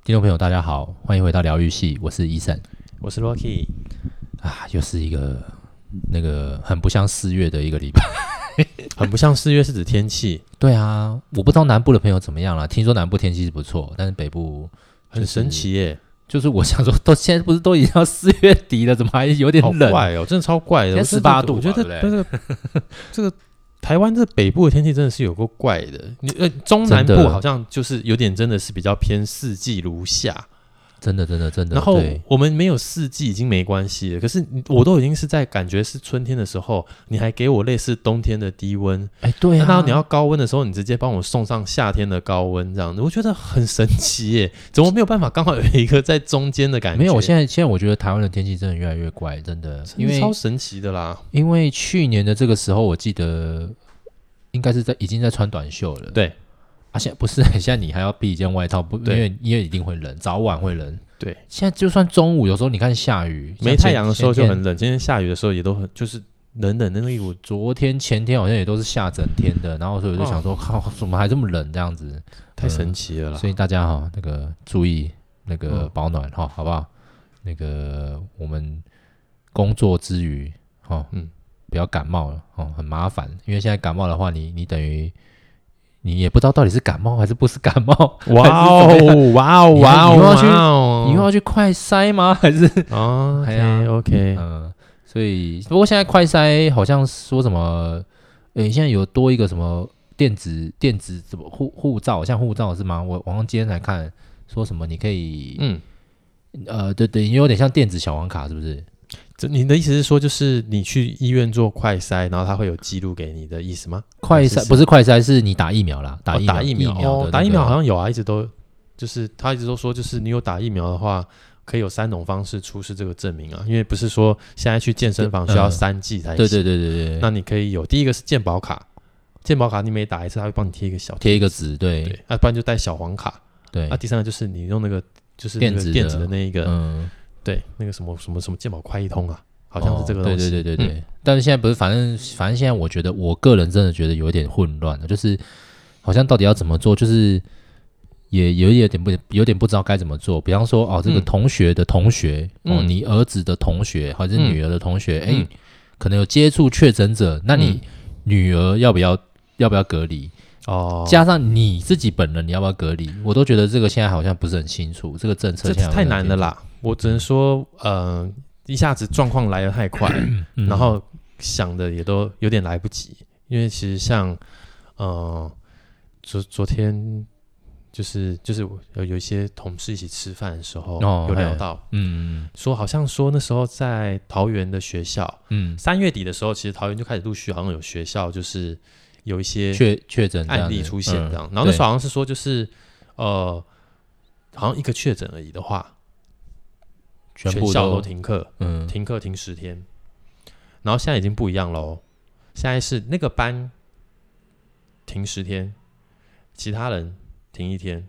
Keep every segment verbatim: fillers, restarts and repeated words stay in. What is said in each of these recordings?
听众朋友，大家好，欢迎回到疗愈系，我是医生， 我是 Rocky 啊，又是一个那个很不像四月的一个礼拜， 很不像四月是指天气， 对啊，我不知道南部的朋友怎么样啦，听说南部天气是不错，但是北部、就是、 很神奇耶。 就是我想说，都现在不是都已经到四月底了，怎么还有点冷？ 好怪哦，真的超怪的。 现在十八度， 我觉得这个这个台湾这北部的天气真的是有够怪的。你呃，中南部好像就是有点真的是比较偏四季如夏。 真的，真的，真的。 然后我们没有四季已经没关系了，可是我都已经是在感觉是春天的时候，你还给我类似冬天的低温， 哎，对啊。 那你要高温的时候，你直接帮我送上夏天的高温，这样子，我觉得很神奇耶！怎么没有办法刚好有一个在中间的感觉？ 没有，我现在现在我觉得台湾的天气真的越来越怪，真的，因为超神奇的啦。 因为去年的这个时候，我记得应该是在已经在穿短袖了， 对。 啊，现在不是，现在你还要披一件外套，不，因为因为一定会冷，早晚会冷。 对， 现在就算中午，有时候你看下雨， 没太阳的时候就很冷，今天下雨的时候也都很就是冷冷的那个。 昨天前天好像也都是下整天的，然后所以我就想说，靠、哦，怎么还这么冷这样子？ 太神奇了啦！ 呃、所以大家哈、哦，那个注意那个保暖哈、嗯哦，好不好？那个我们工作之余哈、哦，嗯，不要感冒了哦，很麻烦，因为现在感冒的话，你你等于。你也不知道到底是感冒还是不是感冒， 哇哦哇哦哇哦！ 你又要去，你又要去快筛吗？还是哦 ，OK OK， 嗯，所以不过现在快筛好像说什么，诶，现在有多一个什么电子电子什么护护照，像护照是吗？我网上今天才看说什么你可以，嗯，呃，对对，有点像电子小黄卡，是不是？ 你的意思是说，就是你去医院做快筛，然后他会有记录给你的意思吗？ 快筛不是快筛，是你打疫苗啦，打疫苗， 哦、打疫苗， 疫苗、那哦，打疫苗好像有啊，一直都就是他一直都说，就是你有打疫苗的话，可以有三种方式出示这个证明啊，因为不是说现在去健身房需要三剂才行、嗯，对对对对对， 那你可以有第一个是健保卡，健保卡你每打一次，他会帮你贴一个小贴一个纸，对对，啊，不然就带小黄卡， 对， 啊，第三个就是你用那个就是那个电子的那一个，嗯，对，那个什么什么什么健保快一通啊。好像是这个东西、 哦、对对对对对、嗯，但是现在不是，反正反正现在我觉得，我个人真的觉得有一点混乱了，就是好像到底要怎么做，就是也有一点不有点不知道该怎么做。比方说，哦，这个同学的同学，嗯、哦，你儿子的同学还是女儿的同学，哎、嗯，可能有接触确诊者，那你女儿要不要要不要隔离？哦，加上你自己本人你要不要隔离？我都觉得这个现在好像不是很清楚，这个政策现在太难了啦。我只能说，呃。一下子状况来得太快、嗯，然后想的也都有点来不及。因为其实像呃昨昨天就是就是有有一些同事一起吃饭的时候、哦、有聊到，嗯，说好像说那时候在桃园的学校，嗯，三月底的时候，其实桃园就开始陆续好像有学校就是有一些确确诊案例出现这样，嗯、然后那时候好像是说就是呃好像一个确诊而已的话。全, 全校都停课，嗯，停课停十天，然后现在已经不一样喽。现在是那个班停十天，其他人停一天，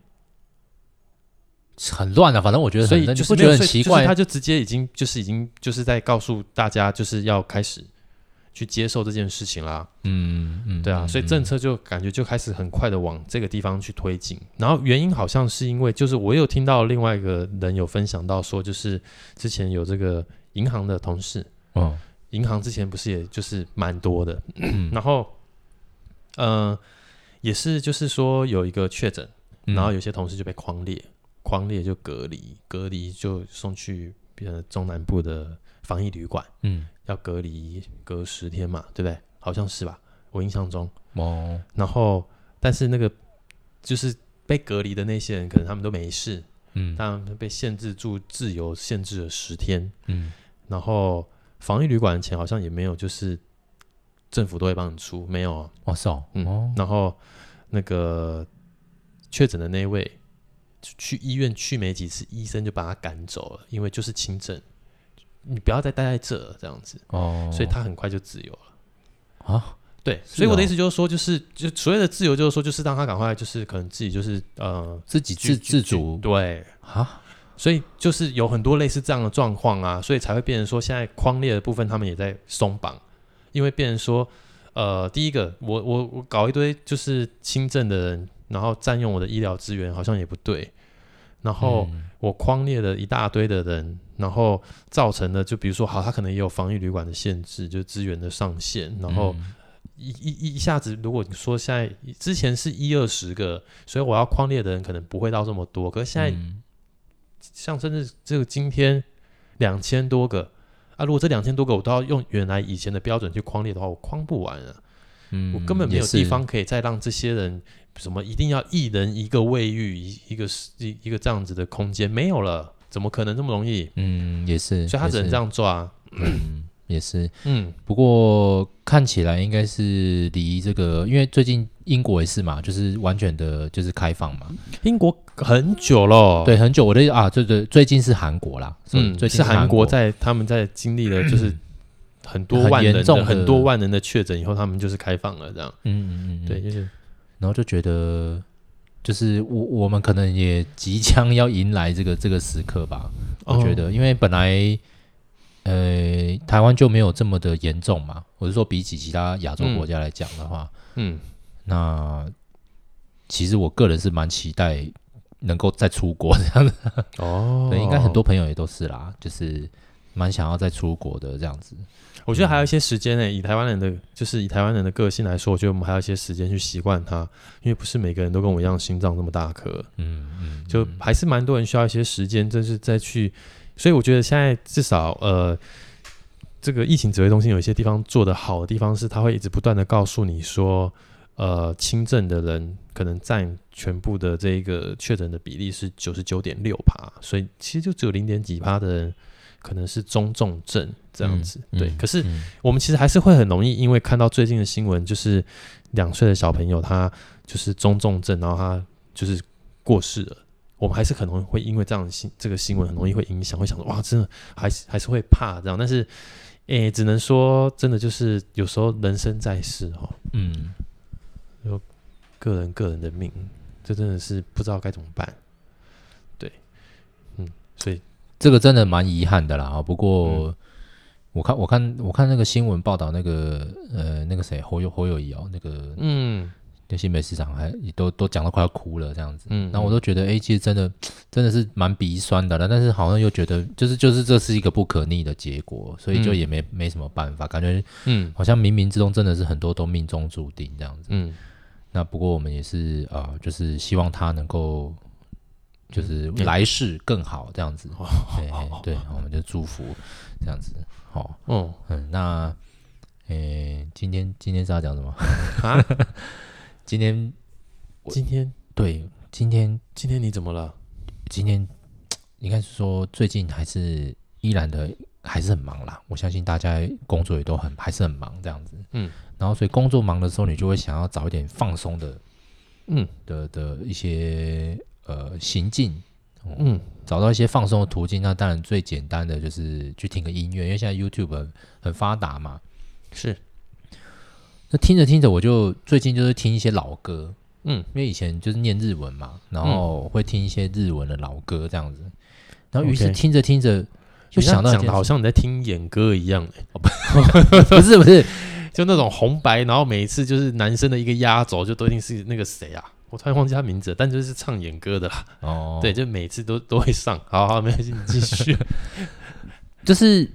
很乱啊。反正我觉得很， 所以就是不觉得很奇怪、 就是、他就直接已经就是已经就是在告诉大家，就是要开始去接受这件事情啦。嗯嗯，对啊，所以政策就感觉就开始很快的往这个地方去推进。然后原因好像是因为，就是我有听到另外一个人有分享到说，就是之前有这个银行的同事，哦，银行之前不是也就是蛮多的，嗯、然后呃也是就是说有一个确诊，然后有些同事就被匡列，匡列就隔离，隔离就送去呃中南部的防疫旅馆，嗯。要隔离隔十天嘛，对不对？好像是吧，我印象中。哦。然后，但是那个就是被隔离的那些人，可能他们都没事，嗯，但被限制住自由，限制了十天，嗯。然后防疫旅馆的钱好像也没有，就是政府都会帮你出，没有啊。 哦，是哦。 嗯。 哦、 然后那个确诊的那位去医院去没几次，医生就把他赶走了，因为就是轻症。你不要再待在这这样子哦，所以他很快就自由了啊。对，所以我的意思就是说，就是就所谓的自由，就是说，就是让他赶快，就是可能自己就是呃自己自自主， 对啊。所以就是有很多类似这样的状况啊，所以才会变成说，现在匡列的部分他们也在松绑，因为变成说，呃，第一个，我我我搞一堆就是轻症的人，然后占用我的医疗资源，好像也不对。 然后我匡列了一大堆的人，然后造成了就比如说好，他可能也有防疫旅馆的限制，就资源的上限，然后一一一下子，如果你说现在之前是一二十个，所以我要匡列的人可能不会到这么多，可是现在、嗯、像甚至这个今天两千多个啊，如果这两千多个我都要用原来以前的标准去匡列的话，我匡不完啊。嗯、我根本没有地方可以再让这些人什么一定要一人一个卫浴一一个一一个这样子的空间没有了，怎么可能这么容易？ 嗯，也是， 所以他只能这样抓。 嗯，也是。嗯，不过看起来应该是离这个，因为最近英国也是嘛，就是完全的就是开放嘛。 英国很久了， 对，很久。我的啊，对对，最近是韩国啦， 嗯， 最近是韩国在他们在经历了就是。很多万人的 很, 很多万人的确诊以后，他们就是开放了这样。嗯嗯嗯，对，就是， 然后就觉得，就是我我们可能也即将要迎来这个这个时刻吧。我觉得，因为本来呃台湾就没有这么的严重嘛，我是说比起其他亚洲国家来讲的话，嗯，那其实我个人是蛮期待能够再出国这样的。哦，对，应该很多朋友也都是啦，就是蛮想要再出国的这样子。 我觉得还有一些时间呢、欸，以台湾人的就是以台湾人的个性来说，我觉得我们还有一些时间去习惯它，因为不是每个人都跟我一样心脏这么大颗，嗯嗯，就还是蛮多人需要一些时间，就是再去，所以我觉得现在至少呃，这个疫情指挥中心有一些地方做得好的地方是，它会一直不断的告诉你说，呃，轻症的人可能占全部的这个确诊的比例是九十九点六趴，所以其实就只有零点几趴的人。可能是中重症这样子，嗯、对、嗯。可是我们其实还是会很容易，因为看到最近的新闻，就是两岁的小朋友他就是中重症，然后他就是过世了。我们还是很容易会因为这样的新这个新闻很容易会影响，会想说哇，真的还是还是会怕这样。但是，诶，只能说真的就是有时候人生在世哦，嗯，有个人个人的命，这真的是不知道该怎么办。对，嗯，所以。 这个真的蛮遗憾的啦，不过、嗯、我看我看我看那个新闻报道，那个呃那个谁侯友侯友宜哦，那个嗯，那新北市长还都都讲到快要哭了这样子，嗯，然后我都觉得哎、欸，其实真的真的是蛮鼻酸的了，但是好像又觉得就是就是这是一个不可逆的结果，所以就也没、嗯、没什么办法，感觉嗯，好像冥冥之中真的是很多都命中注定这样子，嗯，那不过我们也是啊、呃，就是希望他能够。就是来世更好这样子，嗯、对对，我们就祝福这样子，好，嗯嗯，那，诶，今天今天是要讲什么啊？今天今天对，今天今天你怎么了？ 今天应该是说最近还是依然的还是很忙啦，我相信大家工作也都很还是很忙这样子，嗯，然后所以工作忙的时候，你就会想要找一点放松的，嗯的的一些。呃，行进，嗯，找到一些放松的途径，那当然最简单的就是去听个音乐，因为现在 YouTube 很, 很发达嘛。 是， 那听着听着，我就最近就是听一些老歌，嗯，因为以前就是念日文嘛，然后会听一些日文的老歌这样子，然后于是听着听着，就想到讲的好像你在听演歌一样、欸， 不是不是， 就那种红白，然后每一次就是男生的一个压轴，就都一定是那个谁啊。我突然忘记他名字了，但就是唱演歌的啦。哦，对，就每次都都会上。好好，没关系，你继续。 就是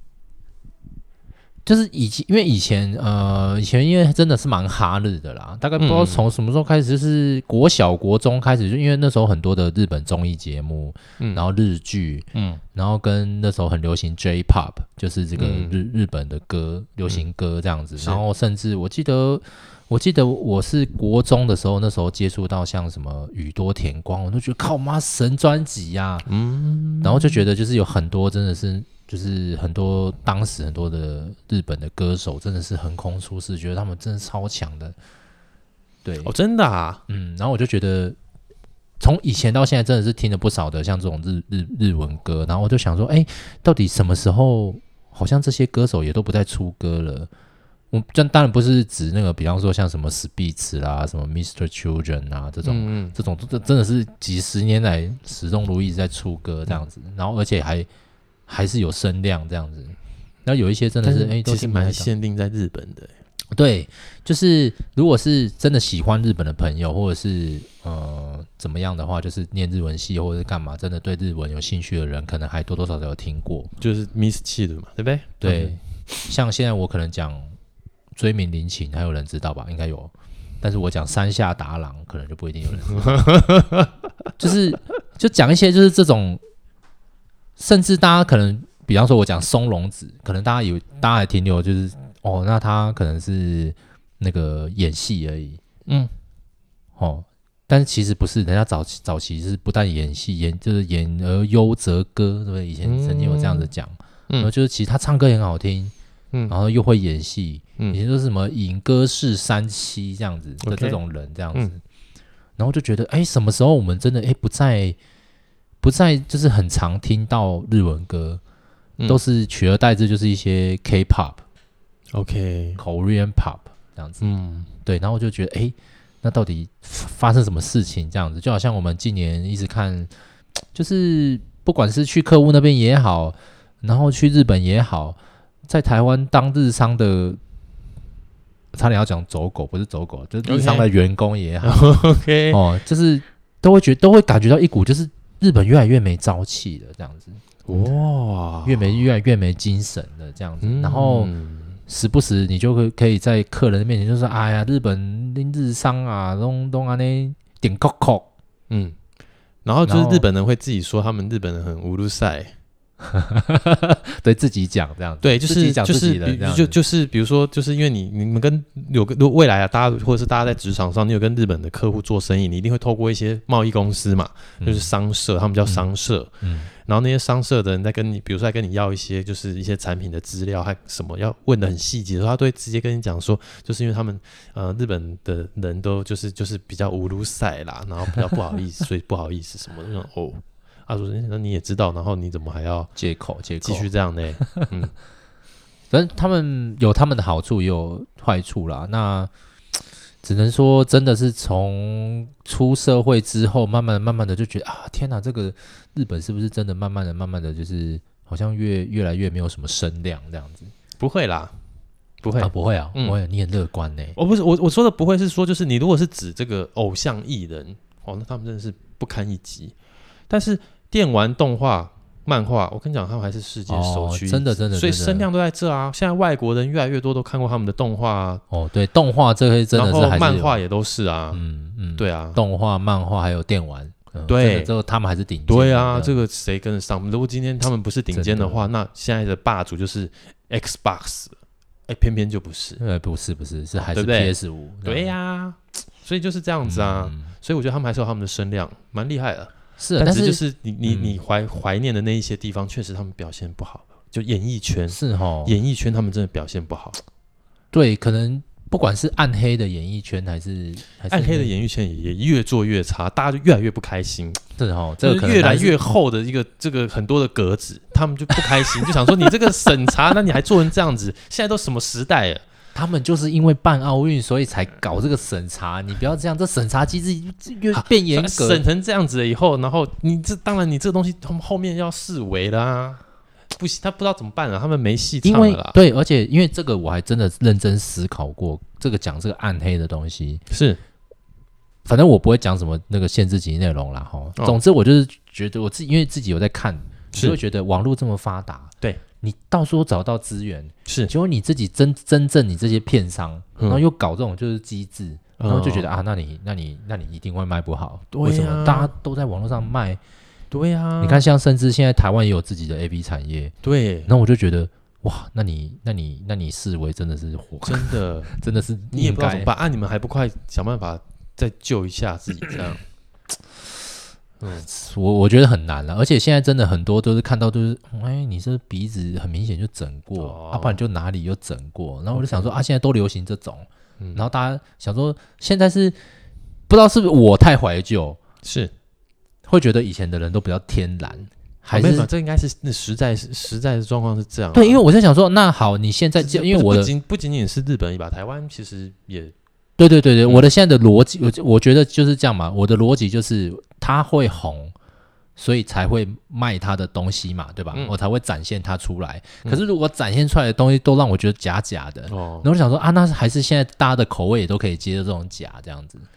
就是以前，因为以前呃，以前因为真的是蛮哈日的啦，大概不知道从什么时候开始，就是国小国中开始，就因为那时候很多的日本综艺节目，嗯，然后日剧，嗯，然后跟那时候很流行 J-Pop， 就是这个日、嗯、日本的歌，流行歌这样子，嗯、然后甚至我记得。我记得我是国中的时候，那时候接触到像什么宇多田光，我都觉得靠妈神专辑呀，嗯，然后就觉得就是有很多真的是就是很多当时很多的日本的歌手真的是横空出世，觉得他们真的超强的，对， 哦，真的啊， 嗯，然后我就觉得从以前到现在真的是听了不少的像这种日日日文歌，然后我就想说，哎，到底什么时候好像这些歌手也都不再出歌了？我这当然不是指那个，比方说像什么 Spitz 啦、什么 Mister Children 啊这种，嗯、这种这真的是几十年来始终如一在出歌这样子，然后而且还还是有声量这样子。然后有一些真的是哎， 其实蛮限定在日本的。 对，就是如果是真的喜欢日本的朋友，或者是呃怎么样的话，就是念日文系或者是干嘛，真的对日文有兴趣的人，可能还多多少少有听过， 就是 Miss 气的嘛，对不对？ 对，嗯、像现在我可能讲追名林檎，还有人知道吧？应该有，但是我讲山下达郎，可能就不一定有人知道。就是就讲一些就是这种，甚至大家可能，比方说我讲松隆子，可能大家有大家还停留就是哦，那他可能是那个演戏而已，嗯，哦，但是其实不是，人家早期早期是不但演戏，演就是演而优则歌，对不对？以前曾经有这样子讲，嗯、然后就是其实他唱歌也很好听，嗯，然后又会演戏，嗯，以前都是什么影歌室三期这样子的这种人这样子。Okay, 嗯然后就觉得，哎，什么时候我们真的哎不再不再就是很常听到日文歌，嗯、都是取而代之就是一些 K-pop，OK，Korean pop 这样子，嗯，对，然后我就觉得，哎，那到底发生什么事情这样子？就好像我们近年一直看，就是不管是去客户那边也好，然后去日本也好，在台湾当日商的。差点要讲走狗，不是走狗，就是日商的员工也好 ，OK， 哦，就是都会觉都会感觉到一股就是日本越来越没朝气了，这样子，哇，越没越来越没精神了，这样子，嗯、然后时不时你就会可以在客人的面前就说，哎呀，日本日商啊，东东啊那点扣扣， 嗯，然后就是日本人会自己说他们日本人很乌鲁塞。 对自己讲这样子， 对，就是就是就就是比如说，就是因为你你们跟有个未来啊，大家或者是大家在职场上，你有跟日本的客户做生意，你一定会透过一些贸易公司嘛，嗯、就是商社，他们叫商社，嗯，然后那些商社的人在跟你，比如说在跟你要一些就是一些产品的资料，还什么要问的很细节的时候，他都会直接跟你讲说，就是因为他们呃日本的人都就是就是比较乌鲁塞啦，然后比较不好意思，所以不好意思什么那种哦。他说：“那你也知道，然后你怎么还要借口借口继续这样呢？”嗯， 反正他们有他们的好处，也有坏处啦。那只能说，真的是从出社会之后，慢慢的、慢慢的就觉得啊，天哪，这个日本是不是真的慢慢的、慢慢的，就是好像越越来越没有什么声量这样子？ 不会啦，不会啊，不会啊，嗯、不会，你很乐观呢。 我不是我我说的不会是说，就是你如果是指这个偶像艺人哦，那他们真的是不堪一击，但是。电玩、动画、漫画，我跟你讲，他们还是世界首屈一指、哦， 真的真的， 所以声量都在这啊。现在外国人越来越多都看过他们的动画啊。 哦，对，动画这个真的是还是有， 然后漫画也都是啊。嗯嗯，对啊， 动画、漫画还有电玩，嗯、 对， 这个他们还是顶尖。 对啊，这个谁跟得上？如果今天他们不是顶尖的话，那现在的霸主就是 Xbox， 哎，偏偏就不是。 呃，不是不是，是还是 P S 五。 对呀、啊，所以就是这样子啊。嗯、所以我觉得他们还是有他们的声量，蛮厉害的。 是， 但是就是你你你怀怀念的那一些地方，确实他们表现不好。就演艺圈是齁， 演艺圈他们真的表现不好。 对，可能不管是暗黑的演艺圈，还是还是暗黑的演艺圈也越做越差，大家就越来越不开心。 是齁，这个可能越来越厚的一个这个很多的格子，他们就不开心，就想说你这个审查，那你还做成这样子？现在都什么时代了？ 他们就是因为办奥运，所以才搞这个审查。你不要这样，这审查机制越变严格， 审成这样子了以后，然后你这当然你这个东西，他们后面要视为啦，不行，他不知道怎么办了，他们没戏唱了啦。 对，而且因为这个，我还真的认真思考过，这个讲这个暗黑的东西是， 反正我不会讲什么那个限制级内容啦哈。哦、总之，我就是觉得我自己因为自己有在看，就会觉得网络这么发达， 对。 你到处找到资源， 是结果你自己真真正你这些片商，嗯、然后又搞这种就是机制，嗯、然后就觉得啊，那你那你那你一定会卖不好， 对啊、 为什么大家都在网络上卖？ 对啊， 你看像甚至现在台湾也有自己的 A V 产业， 对， 然后我就觉得哇，那你那你那你视为真的是火， 真的真的是你也不知道怎么办啊？你们还不快想办法再救一下自己这样？ 嗯，我我觉得很难了，而且现在真的很多都是看到都是，哎，你这鼻子很明显就整过，哦、啊，不然就哪里又整过，然后我就想说 okay. 啊，现在都流行这种，嗯、然后大家想说现在是不知道是不是我太怀旧， 是会觉得以前的人都比较天然，还是、 哦、没有，这应该是那实在实在的状况是这样、啊。 对，因为我在想说，那好，你现在因为我的不仅不仅仅是日本吧，台湾其实也。 对对对对，嗯、我的现在的逻辑，我我觉得就是这样嘛。我的逻辑就是他会红，所以才会卖他的东西嘛，对吧？嗯、我才会展现它出来。嗯、可是如果展现出来的东西都让我觉得假假的，哦、然后我就想说啊，那还是现在大家的口味也都可以接受这种假这样子。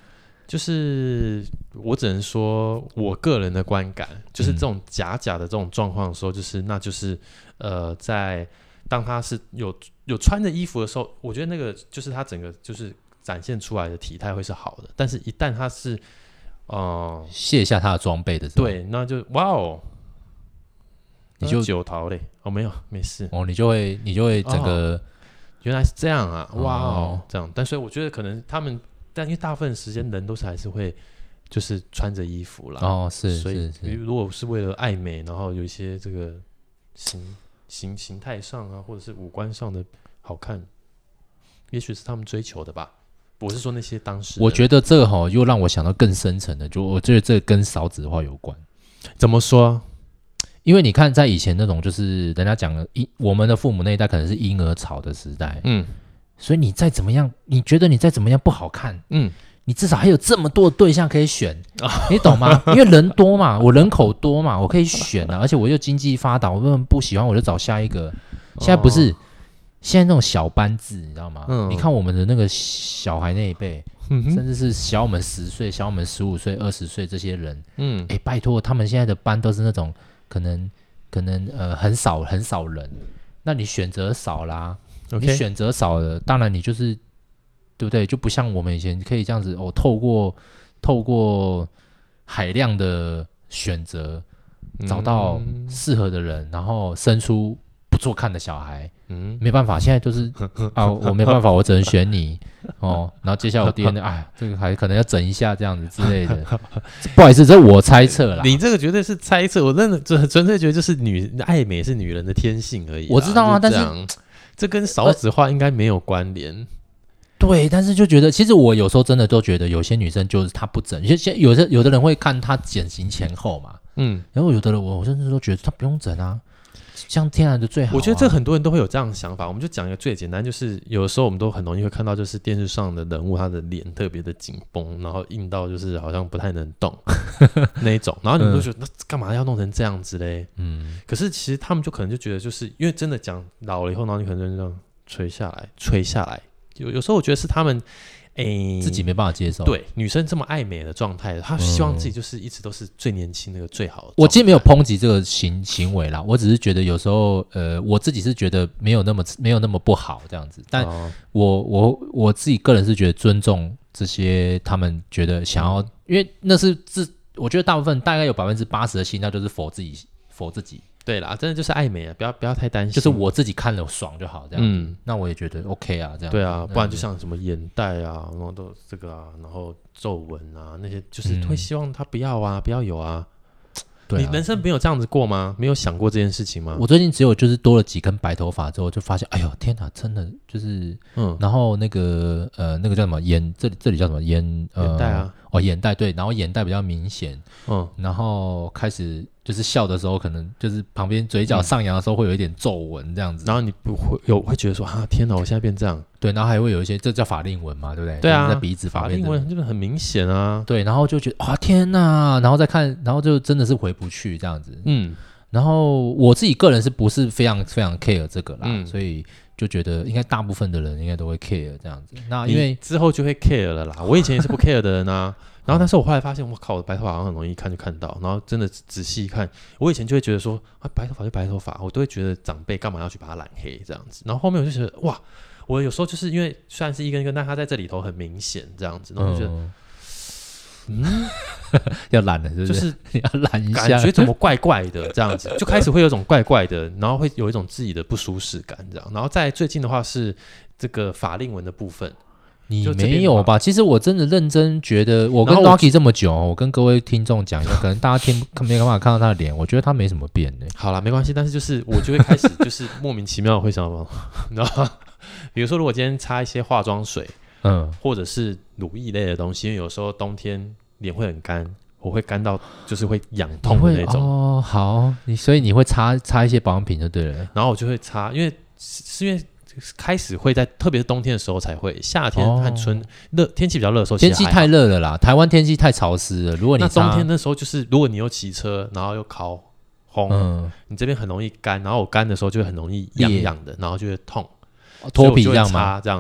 就是我只能说我个人的观感，就是这种假假的这种状况的时候，就是那就是呃，在当他是有有穿着衣服的时候，我觉得那个就是他整个就是展现出来的体态会是好的，但是一旦他是呃卸下他的装备的时候， 对，那就哇哦， 你就九桃嘞，哦没有没事哦，你就会你就会整个、 哦、原来是这样啊，哇哦，这样，但所以我觉得可能他们。但因为大部分时间人都是还是会就是穿着衣服啦， 哦，是， 所以是是如果是为了爱美，然后有一些这个形形形态上啊，或者是五官上的好看，也许是他们追求的吧。我是说那些当时， 我觉得这个哈、哦、又让我想到更深层的，就我觉得这个跟少子化有关。 怎么说？ 因为你看，在以前那种就是人家讲的，我们的父母那一代可能是婴儿潮的时代，嗯。所以你再怎么样，你觉得你再怎么样不好看，嗯，你至少还有这么多的对象可以选，哦、你懂吗？因为人多嘛，我人口多嘛，我可以选啊，而且我又经济发达，我根本不喜欢我就找下一个。现在不是，哦、现在那种小班制，你知道吗？嗯、你看我们的那个小孩那一辈，嗯、甚至是小我们十岁、小我们十五岁、二十岁这些人，嗯，哎，拜托，他们现在的班都是那种可能可能呃很少很少人，那你选择少啦。Okay. 你选择少了，当然你就是对不对？就不像我们以前可以这样子哦，透过透过海量的选择找到适合的人，嗯、然后生出不错看的小孩。嗯，没办法，现在都是啊，我没办法，我只能选你哦。然后接下来我 D N A， 哎，这个还可能要整一下这样子之类的。不好意思，这是我猜测啦。 你这个绝对是猜测，我真的纯粹觉得就是女爱美是女人的天性而已。 我知道啊，但是。 这跟少子化应该没有关联、呃， 对，但是就觉得，其实我有时候真的都觉得，有些女生就是她不整，有些有的有的人会看她整形前后嘛，嗯，然后有的人我我甚至都觉得她不用整啊，像天然的最好、啊。 我觉得这很多人都会有这样的想法，我们就讲一个最简单，就是有的时候我们都很容易会看到，就是电视上的人物他的脸特别的紧绷，然后硬到就是好像不太能动那一种，然后你们都觉得、嗯、那干嘛要弄成这样子嘞？嗯，可是其实他们就可能就觉得，就是因为真的讲老了以后，然后你可能就这样垂下来，垂下来。有有时候我觉得是他们。欸、 自己没办法接受， 对女生这么爱美的状态，她希望自己就是一直都是最年轻那个最好的。 我其实没有抨击这个行行为啦，我只是觉得有时候，呃，我自己是觉得没有那么没有那么不好这样子，但我、哦、我我自己个人是觉得尊重这些他们觉得想要，嗯、因为那是自，我觉得大部分大概有百分之八十的心，那就是否自己否自己。 对啦，真的就是爱美啊，不要不要太担心， 就是我自己看了爽就好，这样。嗯，那我也觉得 OK 啊，这样。 对啊，不然就像什么眼袋啊，然后都这个啊，然后皱纹啊那些，就是会希望他不要啊，嗯、不要有啊。对啊，你人生没有这样子过吗？没有想过这件事情吗？ 我最近只有就是多了几根白头发之后，就发现，哎呦天哪，真的就是，嗯，然后那个呃那个叫什么眼，这里这里叫什么眼、呃、 眼袋啊， 哦眼袋对，然后眼袋比较明显，嗯，然后开始。就是笑的时候，可能就是旁边嘴角上扬的时候会有一点皱纹这样子， 然后你不会有会觉得说啊天哪，我现在变这样， 对，然后还会有一些这叫法令纹嘛，对不对？ 对啊， 在鼻子法令纹就是很明显啊， 对，然后就觉得啊天哪，然后再看，然后就真的是回不去这样子，嗯，然后我自己个人是不是非常非常 care 这个啦，嗯、所以就觉得应该大部分的人应该都会 care 这样子，那因为之后就会 care 了啦，我以前也是不 care 的人啊。然后，但是我后来发现，我靠，我的白头发好像很容易一看就看到。然后真的仔细一看，我以前就会觉得说，啊，白头发就白头发，我都会觉得长辈干嘛要去把它染黑这样子。然后后面我就觉得，哇，我有时候就是因为虽然是一根一根，但它在这里头很明显这样子，然后就觉得，嗯，嗯要染了是不是？ 就是要染一下， 感觉怎么怪怪的这样子，就开始会有一种怪怪的，然后会有一种自己的不舒适感这样。然后在最近的话是这个法令纹的部分。 你没有吧？其实我真的认真觉得，我跟 Rocky 这么久，我跟各位听众讲一下，可能大家听没办法看到他的脸，我觉得他没什么变呢。 好啦，没关系，但是就是我就会开始就是莫名其妙会想到，你知道吗？比如说，如果今天擦一些化妆水，嗯，或者是乳液类的东西，因为有时候冬天脸会很干，我会干到就是会痒痛的那种。 哦，好，你所以你会擦擦一些保养品就对了， 然后我就会擦，因为是因为。开始会在特别是冬天的时候才会，夏天和春热、哦、天气比较热的时候， 天气太热了啦，台湾天气太潮湿了。如果你那冬天的时候，就是如果你又骑车，然后又烤红，嗯、你这边很容易干，然后我干的时候就会很容易痒痒的，然后就会痛， 脱皮这样吗？ 这样子，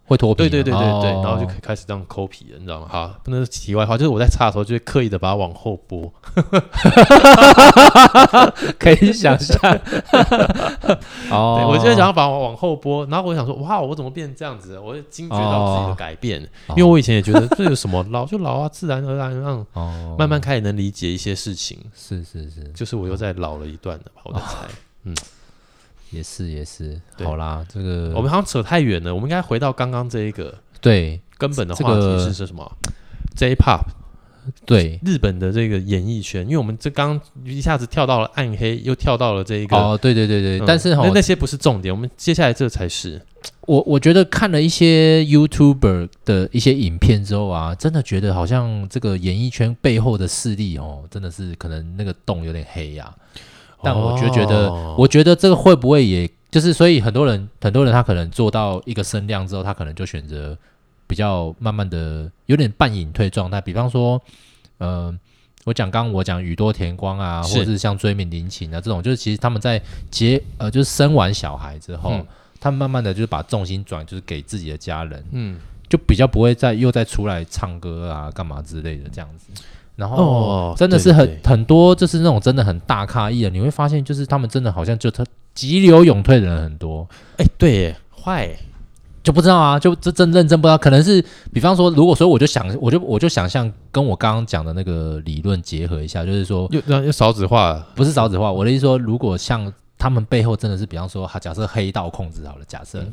会脱皮， 对对对对对， 哦、 然后就开始这样抠皮了，你知道吗？好，不能是题外话，就是我在擦的时候就会刻意的把它往后拨， 可以想象。 哦，对，我就想要把我往后拨，然后我想说，哇，我怎么变成这样子？我就惊觉到自己的改变，哦、因为我以前也觉得这有什么老就老啊，自然而然让、哦、慢慢开始能理解一些事情。 是是是， 就是我又在老了一段了吧，我在猜，哦、嗯。 也是也是，好啦，这个我们好像扯太远了，我们应该回到刚刚这一个对根本的话题是是什么、这个、？J-pop， 对日本的这个演艺圈，因为我们这刚一下子跳到了暗黑，又跳到了这一个哦，对对对对，嗯、但是那那些不是重点，我们接下来这才是。 我我觉得看了一些 YouTuber 的一些影片之后啊，真的觉得好像这个演艺圈背后的势力哦，真的是可能那个洞有点黑呀、啊。但我就觉得、哦，我觉得这个会不会也就是，所以很多人很多人他可能做到一个声量之后，他可能就选择比较慢慢的有点半隐退状态。比方说，呃，我讲刚刚我讲宇多田光啊，或者是像追名林檎啊这种，就是其实他们在结呃就是生完小孩之后，嗯、他们慢慢的就是把重心转就是给自己的家人，嗯，就比较不会再又再出来唱歌啊干嘛之类的这样子。然后真的是很、哦、很多就是那种真的很大咖艺人，你会发现就是他们真的好像就他急流勇退的人很多。 哎，对耶，坏就不知道啊，就这真认真不知道，可能是比方说，如果所以我就想，我就我就想象跟我刚刚讲的那个理论结合一下，就是说又又少子化了， 不是少子化，我的意思说，如果像他们背后真的是，比方说，假设黑道控制好了，假设。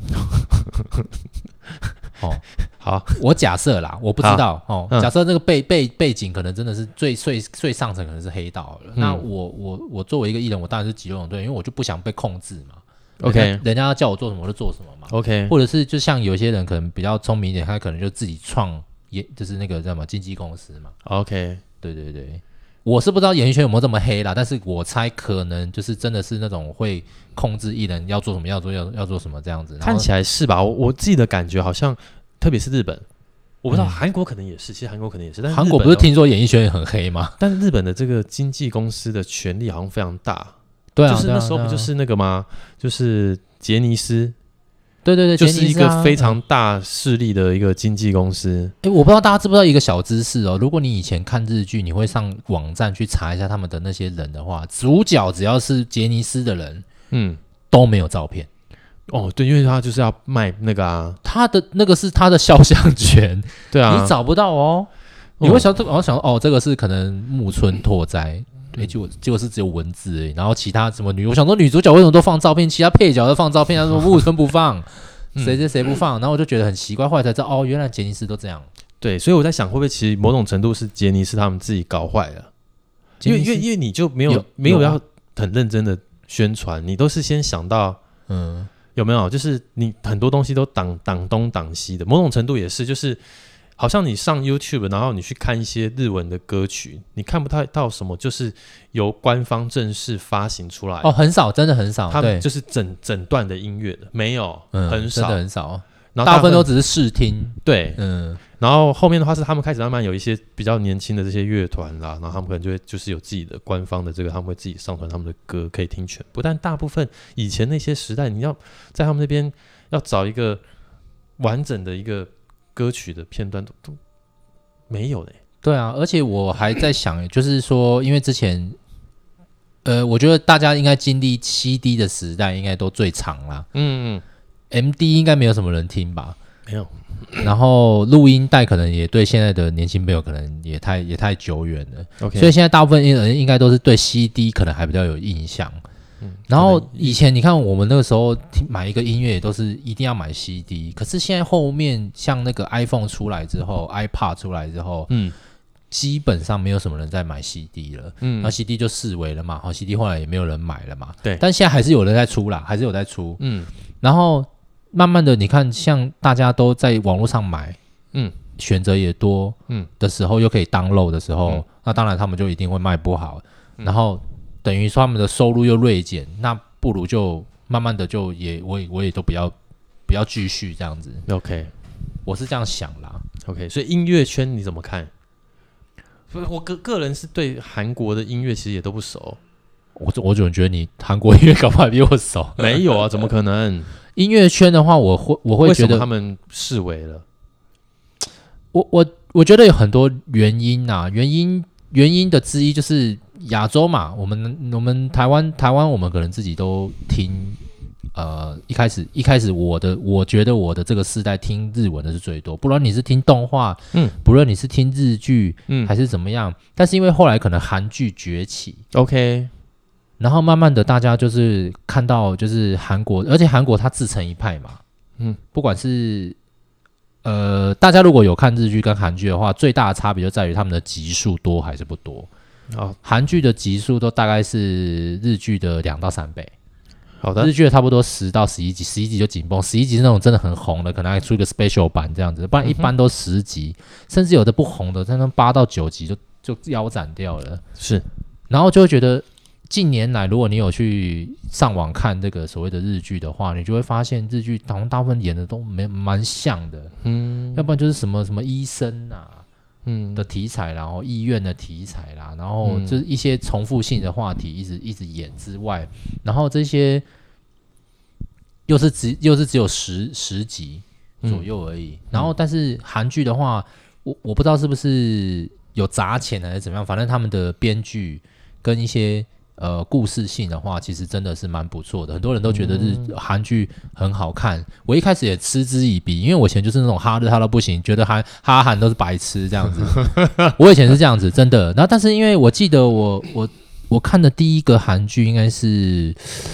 哦， 好， 我假设啦，我不知道哦。嗯、假设这个背背背景可能真的是最最最上层可能是黑道了。嗯、那我我我作为一个艺人，我当然是急流勇退，因为我就不想被控制嘛。 OK， 人, 人家要叫我做什么我就做什么嘛。 OK， 或者是就像有一些人可能比较聪明一点，他可能就自己创也就是那个叫什么经纪公司嘛。 OK， 对对对，我是不知道演艺圈有没有这么黑啦，但是我猜可能就是真的是那种会控制艺人要做什么要做要要做什么这样子。 看起来是吧？我我自己的感觉好像。特别是日本，我不知道韩、嗯、国可能也是，其实韩国可能也是。但是韩国不是听说演艺圈很黑吗？ 但是日本的这个经纪公司的权力好像非常大。 对啊， 就是那时候不就是那个吗？就是杰尼斯， 对对对， 就是一个非常大势力的一个经纪公司。 哎、欸，我不知道大家知不知道一个小知识哦。如果你以前看日剧，你会上网站去查一下他们的那些人的话，主角只要是杰尼斯的人，嗯，都没有照片。 哦，对，因为他就是要卖那个啊， 他的那个是他的肖像权， 对啊， 你找不到哦。你会想，我、哦、想哦，这个是可能木村拓哉，哎、欸，结果结果是只有文字而已，然后其他什么女，我想说女主角为什么都放照片，其他配角都放照片，他说木村不放，谁谁谁不放，然后我就觉得很奇怪，后来才知道哦，原来杰尼斯都这样。 对，所以我在想，会不会其实某种程度是杰尼斯他们自己搞坏了，因为因为因为你就没有, 有没有要很认真的宣传，你都是先想到嗯。有没有？就是你很多东西都挡挡东挡西的，某种程度也是，就是好像你上 YouTube， 然后你去看一些日文的歌曲，你看不太到什么，就是由官方正式发行出来哦，很少，真的很少， 他们就是整整段的音乐的，没有，嗯、很少， 真的很少。然后大部分都只是试听， 对，嗯，然后后面的话是他们开始慢慢有一些比较年轻的这些乐团啦，然后他们可能就会就是有自己的官方的这个，他们会自己上传他们的歌可以听全部，但大部分以前那些时代，你要在他们那边要找一个完整的一个歌曲的片段都都没有嘞。 对啊，而且我还在想，就是说，因为之前，呃，我觉得大家应该经历 C D 的时代，应该都最长啦，嗯嗯。M D 应该没有什么人听吧？ 没有。 然后录音带可能也对现在的年轻朋友可能也太也太久远了。 Okay. 所以现在大部分人应该都是对 C D 可能还比较有印象。嗯、然后以前你看我们那个时候买一个音乐也都是一定要买 C D， 可是现在后面像那个 iPhone 出来之后 ，iPad 出来之后，嗯，基本上没有什么人在买 C D 了。嗯，那 C D 就式微了嘛，好 ，C D 后来也没有人买了嘛。 对， 但现在还是有人在出啦，还是有在出。嗯，然后。慢慢的，你看，像大家都在网络上买，嗯，选择也多，嗯的时候，又可以 download 的时候，嗯、那当然他们就一定会卖不好，嗯、然后等于说他们的收入又锐减，那不如就慢慢的就也我也我也都不要不要继续这样子。 OK， 我是这样想啦。 OK， 所以音乐圈你怎么看？我个个人是对韩国的音乐其实也都不熟， 我我总觉得你韩国音乐搞不好比我熟。 没有啊，怎么可能？ 音乐圈的话，我会我会觉得为什么他们视为了？ 我我我觉得有很多原因啊，原因原因的之一就是亚洲嘛，我们我们台湾台湾我们可能自己都听，呃，一开始一开始我的我觉得我的这个世代听日文的是最多，不论你是听动画，嗯，不论你是听日剧，嗯，还是怎么样，但是因为后来可能韩剧崛起 ，OK。 然后慢慢的，大家就是看到，就是韩国，而且韩国它自成一派嘛，嗯，不管是呃，大家如果有看日剧跟韩剧的话，最大的差别就在于他们的集数多还是不多。哦，韩剧的集数都大概是日剧的两到三倍。 好的， 日剧的差不多十到十一集，十一集就紧绷，十一集是那种真的很红的，可能还出一个 special 版这样子，不然一般都十集，嗯、甚至有的不红的，真的八到九集就就腰斩掉了。 是， 然后就会觉得。近年来，如果你有去上网看这个所谓的日剧的话，你就会发现日剧好像大部分演的都没蛮像的，嗯，要不然就是什么什么医生啊，嗯的题材啦，然后医院的题材啦，然后就是一些重复性的话题一直一直演之外，然后这些又是只又是只有十十集左右而已，嗯、然后但是韩剧的话，我我不知道是不是有砸钱还是怎么样，反正他们的编剧跟一些。呃，故事性的话，其实真的是蛮不错的。很多人都觉得日韩剧很好看，我一开始也嗤之以鼻，因为我以前就是那种哈日哈到不行，觉得韩哈韩都是白痴这样子。我以前是这样子，真的。然后，但是因为我记得我我我看的第一个韩剧应该是，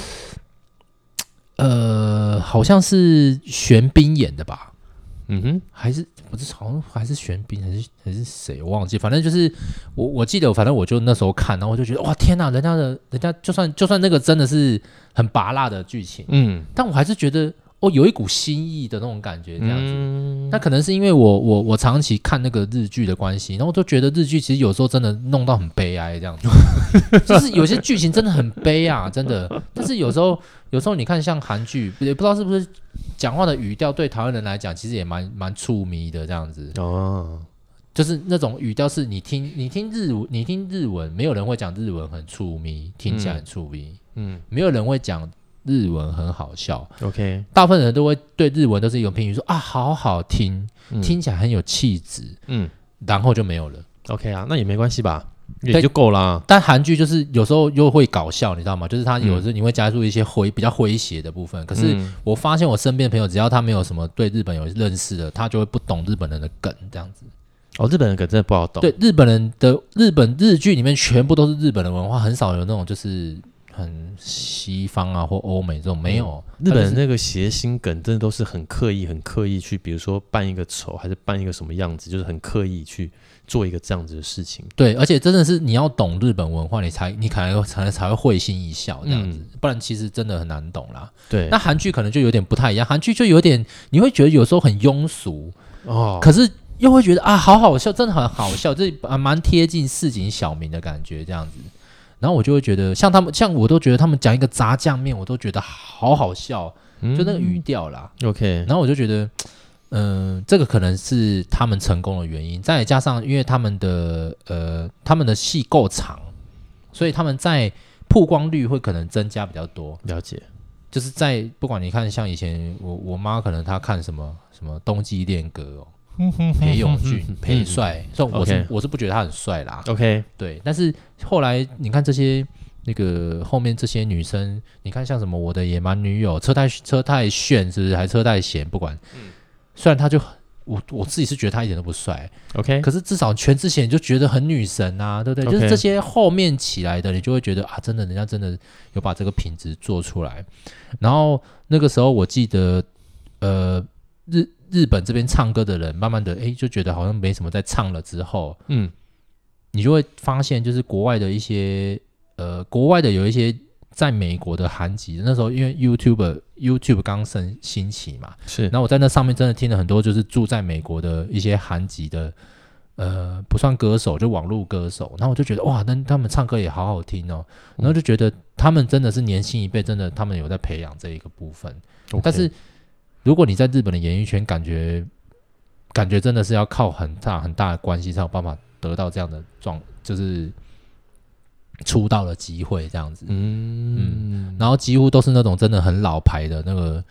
呃，好像是玄彬演的吧。嗯哼，还是我这好像还是玄彬还是还是谁我忘记，反正就是我我记得，反正我就那时候看，然后我就觉得哇天哪，人家的人家就算就算那个真的是很拔辣的剧情，嗯，但我还是觉得哦有一股新意的那种感觉这样子。嗯、那可能是因为我我我长期看那个日剧的关系，然后我就觉得日剧其实有时候真的弄到很悲哀这样子，就是有些剧情真的很悲啊，真的。但是有时候有时候你看像韩剧，也不知道是不是。讲话的语调对台湾人来讲，其实也蛮蛮触迷的这样子哦，就是那种语调是你听你听日你听日文，没有人会讲日文很触迷，听起来很触迷，嗯，没有人会讲日文很好笑 ，OK， 大部分人都会对日文都是一种评语说啊好好听，嗯、听起来很有气质，嗯，然后就没有了 ，OK 啊，那也没关系吧。也就够啦。 但韩剧就是有时候又会搞笑，你知道吗？就是它有时候你会加入一些诙比较诙谐的部分。可是我发现我身边的朋友，只要他没有什么对日本有认识的，他就会不懂日本人的梗这样子。 哦，日本人梗真的不好懂。 对，日本人的日本日剧里面全部都是日本的文化，很少有那种就是很西方啊或欧美这种没有。 嗯、日本人那个谐星梗真的都是很刻意、很刻意去，比如说扮一个丑，还是扮一个什么样子，就是很刻意去。做一个这样子的事情， 对，而且真的是你要懂日本文化，你才你可能才才会会心一笑这样子，嗯、不然其实真的很难懂啦。 对， 那韩剧可能就有点不太一样，韩剧就有点你会觉得有时候很庸俗哦，可是又会觉得啊好好笑，真的很好笑，这蛮贴近市井小民的感觉这样子。然后我就会觉得，像他们，像我都觉得他们讲一个炸酱面，我都觉得好好笑，嗯、就那个语调啦。 OK， 然后我就觉得。嗯、呃，这个可能是他们成功的原因，再加上因为他们的呃他们的戏够长，所以他们在曝光率会可能增加比较多。 了解， 就是在不管你看像以前我我妈可能她看什么什么冬季恋歌哦，裴勇俊裴帅，虽然我是、okay. 我是不觉得他很帅啦 ，OK， 对，但是后来你看这些那个后面这些女生，你看像什么我的野蛮女友车太车太炫是不是还车太贤不管。嗯虽然他就我我自己是觉得他一点都不帅 ，OK， 可是至少全智贤就觉得很女神啊，对不对？ Okay. 就是这些后面起来的，你就会觉得啊，真的人家真的有把这个品质做出来。然后那个时候我记得，呃，日日本这边唱歌的人，慢慢的哎就觉得好像没什么在唱了之后，嗯，你就会发现就是国外的一些呃国外的有一些。在美国的韩籍，那时候因为 YouTube YouTube 刚盛兴起嘛， 是。 然后我在那上面真的听了很多，就是住在美国的一些韩籍的，呃，不算歌手，就网络歌手。然后我就觉得哇，那他们唱歌也好好听哦。然后就觉得他们真的是年轻一辈，真的他们有在培养这一个部分。Okay. 但是如果你在日本的演艺圈，感觉感觉真的是要靠很大很大的关系才有办法得到这样的状，就是。出道的机会这样子，嗯嗯，然后几乎都是那种真的很老牌的那个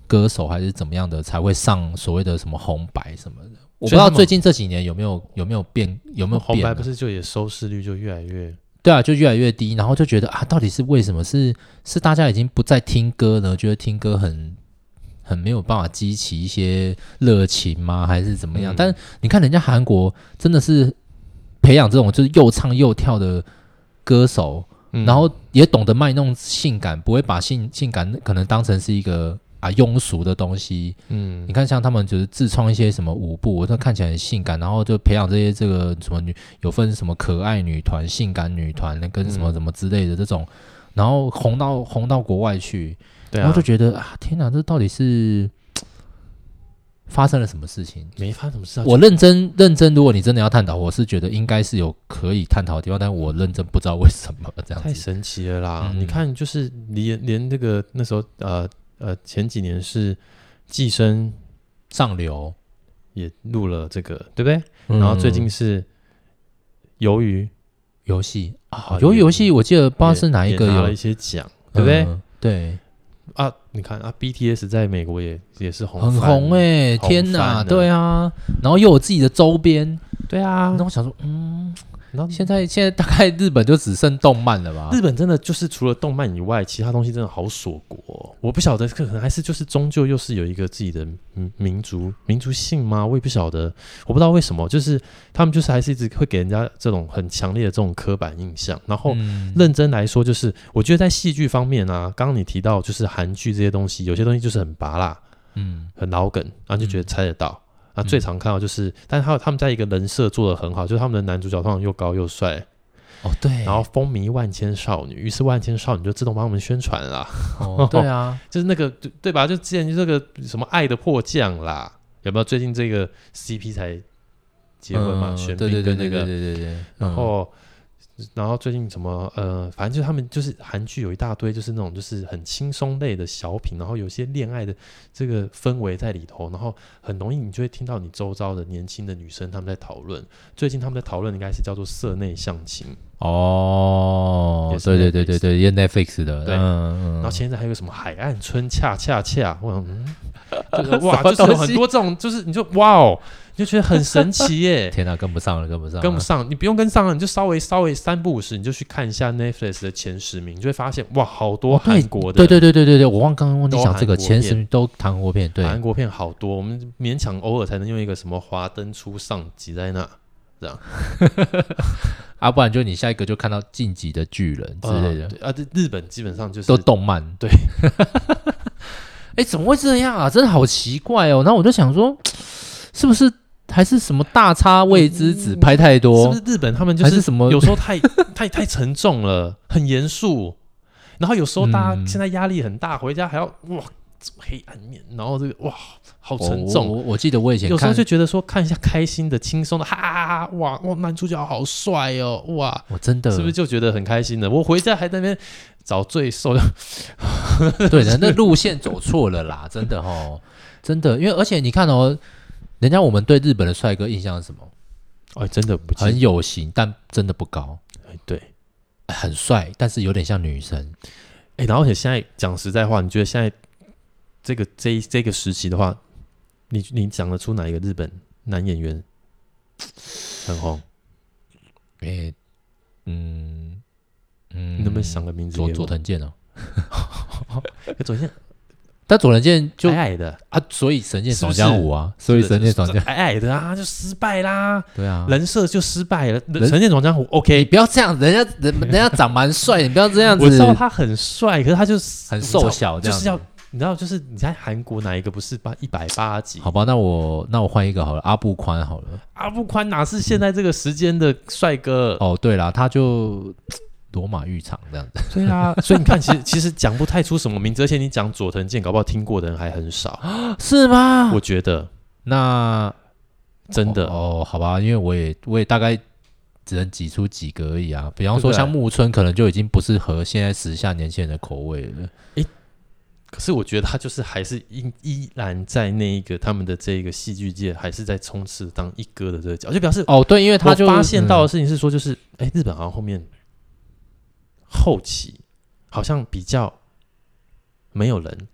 歌手还是怎么样的才会上所谓的什么红白什么的。我不知道最近这几年有没有有没有变有没有变、啊、 红白不是就也收视率就越来越对啊，就越来越低，然后就觉得啊，到底是为什么？是是大家已经不再听歌呢？觉得听歌很很没有办法激起一些热情吗？还是怎么样？嗯、但是你看人家韩国真的是培养这种就是又唱又跳的歌手，嗯、然后也懂得卖弄性感，不会把性性感可能当成是一个。啊，庸俗的东西，嗯，你看像他们就是自创一些什么舞步，都看起来很性感，然后就培养这些这个什么女，有分什么可爱女团、性感女团，跟什么什么之类的这种，然后红到红到国外去，对啊，然后就觉得啊，天哪，这到底是发生了什么事情？ 没发生什么事、啊。 我认真认真，如果你真的要探讨，我是觉得应该是有可以探讨的地方，但我认真不知道为什么这样子。 太神奇了啦！嗯、你看，就是连连那个那时候呃。呃，前几年是寄生上流也录了这个，对不对？嗯、然后最近是鱿鱼游戏啊，鱿鱼游戏我记得不知道是哪一个有拿了一些奖，对不对？ 嗯、对啊，你看啊 ，B T S 在美国也也是红很红哎、欸，天哪，对啊，然后又有自己的周边， 对啊， 然后我想说，嗯。现在现在大概日本就只剩动漫了吧？ 日本真的就是除了动漫以外，其他东西真的好锁国、哦。我不晓得，可能还是就是终究又是有一个自己的民族民族性吗？我也不晓得，我不知道为什么，就是他们就是还是一直会给人家这种很强烈的这种刻板印象。然后认真来说，就是我觉得在戏剧方面啊，刚刚你提到就是韩剧这些东西，有些东西就是很拔辣，嗯，很老梗，然后就觉得猜得到。嗯啊，最常看到就是，嗯、但是他他们在一个人设做得很好，就是他们的男主角通常又高又帅， 哦对， 然后风靡万千少女，于是万千少女就自动帮我们宣传啦。 哦，对啊， 就是那个对吧？就之前就这个什么爱的迫降啦，有没有？最近这个 C P 才结婚嘛，玄、嗯、彬跟那个，对对对对对对，然后。嗯然后最近什么呃，反正就是他们就是韩剧有一大堆，就是那种就是很轻松类的小品，然后有些恋爱的这个氛围在里头，然后很容易你就会听到你周遭的年轻的女生他们在讨论。最近他们在讨论应该是叫做社内相亲哦，对对对对对，也 Netflix 的， 对。 嗯嗯、 然后现在还有什么海岸村恰恰恰，我想嗯，就是哇，就是有很多这种，就是你就哇哦。你就觉得很神奇耶！ 天哪，跟不上了，跟不上了， 跟不上！你不用跟上了，你就稍微稍微三不五时，你就去看一下 Netflix 的前十名，你就会发现哇，好多韩国的， 对对对对对对，我忘刚刚忘记讲这个前十名都韩国片，对， 韩国片好多，我们勉强偶尔才能用一个什么华灯初上挤在那这样， 啊，不然就你下一个就看到晋级的巨人之类的、 呃、啊，日本基本上就是都动漫， 对， 哎，怎么会这样啊？真的好奇怪哦！然后我就想说，是不是？还是什么大叉未知子拍太多、 嗯？是不是日本他们就是什么？有时候太太太沉重了，很严肃。然后有时候大家现在压力很大，回家还要哇，这么黑暗面，然后这个哇，好沉重。 我 我, 我记得我以前看有时候就觉得说看一下开心的、轻松的，哈哈哈！哇哇，男主角好帅哦，哇， 我真的是不是就觉得很开心的？我回家还在那边找罪受的， 对的，那路线走错了啦，真的哦，真的，因为而且你看哦。人家我们对日本的帅哥印象是什么？ 哎，真的不很有型，但真的不高。 哎，对， 很帅，但是有点像女生。 哎，然后而且现在讲实在话，你觉得现在这个这这个时期的话，你你讲得出哪一个日本男演员很红？ 哎，嗯嗯， 你能不能想个名字？ 佐佐藤健哦， 佐藤健。 但左人健就矮矮的啊，所以神剑闯江湖啊，所以神剑闯江湖矮矮的啊，就失败啦。 对啊， 人设就失败了。神剑闯江湖 ，OK， 你不要这样，人家人人家长蛮帅，你不要这样子。 我知道他很帅，可是他就很瘦小， 就是要你知道，就是你在韩国哪一个不是八一百八几？ 好吧，那我那我换一个好了，阿布宽好了。 阿布宽哪是现在这个时间的帅哥？ 哦，对啦，他就。罗马浴场这样子， 对啊，所以你看，其实其实讲不太出什么名字，而且你讲佐藤健，搞不好听过的人还很少， 是吗？ 我觉得那真的哦, 哦，好吧，因为我也我也大概只能挤出几个而已啊。比方说像木村，可能就已经不是合现在时下年轻人的口味了。 诶，可是我觉得他就是还是依依然在那一个他们的这个戏剧界，还是在冲刺当一哥的这个角，就表示哦，对，因为他就我发现到的事情是说，就是哎、嗯，日本好像后面。后期好像比较没有人，然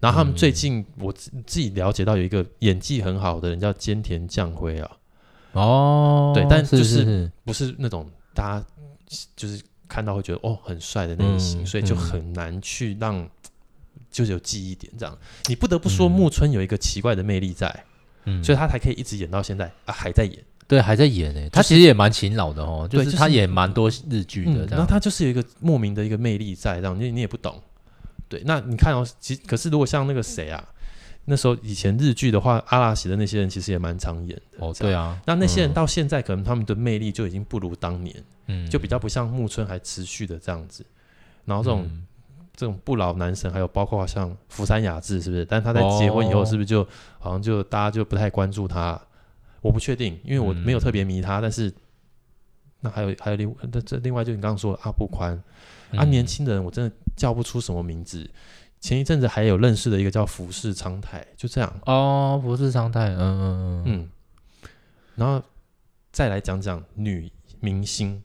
然后他们最近、嗯、我自己了解到有一个演技很好的人叫菅田将晖啊。 哦， 对，但就是是是是不是那种大家就是看到会觉得哦很帅的类型、嗯，所以就很难去让、嗯、就是有记忆点这样。你不得不说木村有一个奇怪的魅力在，嗯，所以他才可以一直演到现在啊，还在演。 对，还在演诶、欸，他其实也蛮勤劳的哦，就是他也蛮多日剧的、嗯， 然后他就是有一个莫名的一个魅力在，这样你你也不懂。对，那你看哦，其实可是如果像那个谁啊，那时候以前日剧的话，阿拉西的那些人其实也蛮常演的。 哦，对啊， 那那些人到现在可能他们的魅力就已经不如当年，嗯，就比较不像木村还持续的这样子。然后这种、嗯、这种不老男神，还有包括像福山雅治，是不是？但他在结婚以后，是不是就、哦、好像就大家就不太关注他？我不确定，因为我没有特别迷他，嗯、但是那还有还有另这另外就你刚刚说的阿部宽、嗯、啊，年轻人我真的叫不出什么名字。前一阵子还有认识的一个叫福士昌太，就这样哦，福士昌太，嗯嗯嗯嗯，然后再来讲讲女明星。